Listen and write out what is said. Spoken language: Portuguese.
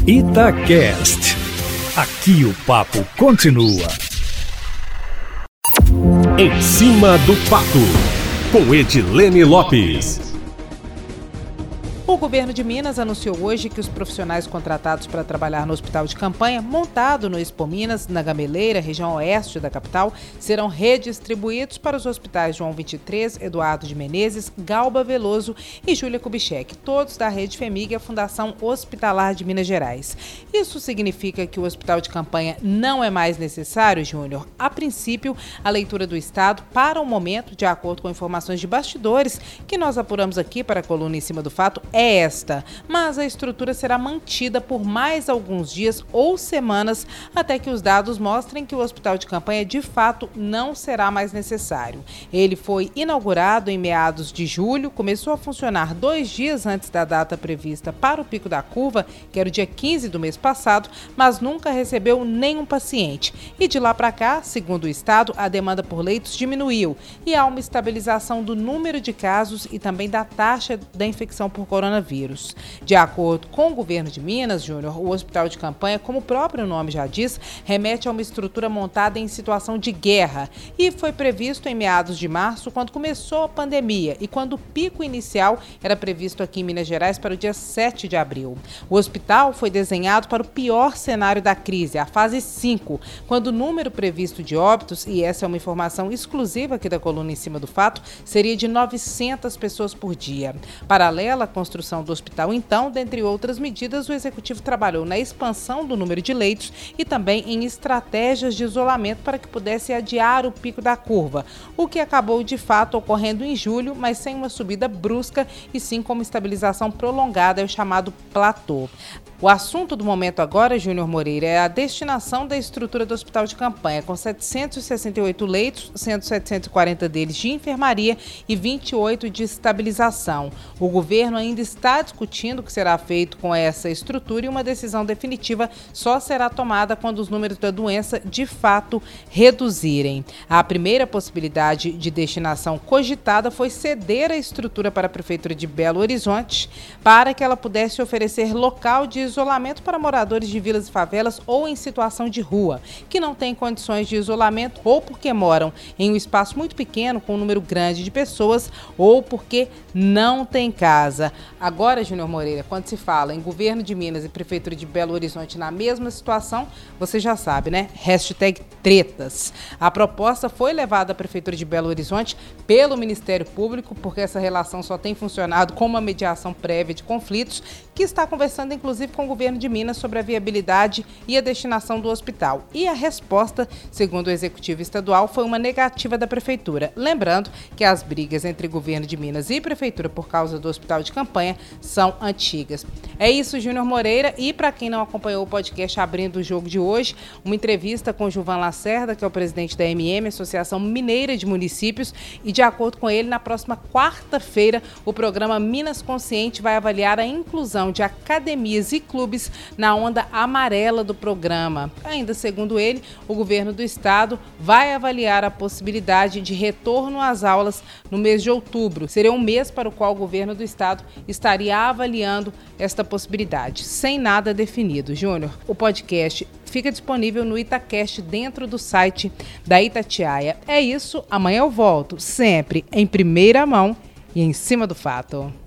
Itacast. Aqui o papo continua. Em cima do fato, com Edilene Lopes. O governo de Minas anunciou hoje que os profissionais contratados para trabalhar no hospital de campanha, montado no Expo Minas, na Gameleira, região oeste da capital, serão redistribuídos para os hospitais João 23, Eduardo de Menezes, Galba Veloso e Júlia Kubitschek, todos da Rede FEMIG e a Fundação Hospitalar de Minas Gerais. Isso significa que o hospital de campanha não é mais necessário, Júnior? A princípio, a leitura do Estado, para o momento, de acordo com informações de bastidores que nós apuramos aqui para a coluna Em Cima do Fato, é esta, mas a estrutura será mantida por mais alguns dias ou semanas até que os dados mostrem que o hospital de campanha de fato não será mais necessário. Ele foi inaugurado em meados de julho, começou a funcionar 2 dias antes da data prevista para o pico da curva, que era o dia 15 do mês passado, mas nunca recebeu nenhum paciente. E de lá para cá, segundo o Estado, a demanda por leitos diminuiu e há uma estabilização do número de casos e também da taxa da infecção por coronavírus. De acordo com o governo de Minas, Júnior, o hospital de campanha, como o próprio nome já diz, remete a uma estrutura montada em situação de guerra e foi previsto em meados de março, quando começou a pandemia e quando o pico inicial era previsto aqui em Minas Gerais para o dia 7 de abril. O hospital foi desenhado para o pior cenário da crise, a fase 5, quando o número previsto de óbitos, e essa é uma informação exclusiva aqui da coluna Em Cima do Fato, seria de 900 pessoas por dia. Paralela à construção do hospital, então, dentre outras medidas, o executivo trabalhou na expansão do número de leitos e também em estratégias de isolamento para que pudesse adiar o pico da curva, o que acabou de fato ocorrendo em julho, mas sem uma subida brusca e sim com uma estabilização prolongada, é o chamado platô. O assunto do momento agora, Júnior Moreira, é a destinação da estrutura do hospital de campanha, com 768 leitos, sendo 740 deles de enfermaria e 28 de estabilização. O governo ainda está discutindo o que será feito com essa estrutura e uma decisão definitiva só será tomada quando os números da doença de fato reduzirem. A primeira possibilidade de destinação cogitada foi ceder a estrutura para a Prefeitura de Belo Horizonte para que ela pudesse oferecer local de isolamento para moradores de vilas e favelas ou em situação de rua, que não têm condições de isolamento ou porque moram em um espaço muito pequeno com um número grande de pessoas ou porque não tem casa. Agora, Júnior Moreira, quando se fala em governo de Minas e Prefeitura de Belo Horizonte na mesma situação, você já sabe, né? Hashtag tretas. A proposta foi levada à Prefeitura de Belo Horizonte pelo Ministério Público, porque essa relação só tem funcionado com uma mediação prévia de conflitos, que está conversando inclusive com o governo de Minas sobre a viabilidade e a destinação do hospital. E a resposta, segundo o Executivo Estadual, foi uma negativa da Prefeitura. Lembrando que as brigas entre governo de Minas e Prefeitura por causa do hospital de campanha são antigas. É isso, Júnior Moreira. E para quem não acompanhou o podcast Abrindo o Jogo de hoje, uma entrevista com Gilvan Lacerda, que é o presidente da MM, Associação Mineira de Municípios, e de acordo com ele, na próxima quarta-feira, o programa Minas Consciente vai avaliar a inclusão de academias e clubes na onda amarela do programa. Ainda segundo ele, o governo do estado vai avaliar a possibilidade de retorno às aulas no mês de outubro. Seria um mês para o qual o governo do estado estaria avaliando esta possibilidade, sem nada definido. Júnior, o podcast fica disponível no Itacast dentro do site da Itatiaia. É isso, amanhã eu volto, sempre em primeira mão e em cima do fato.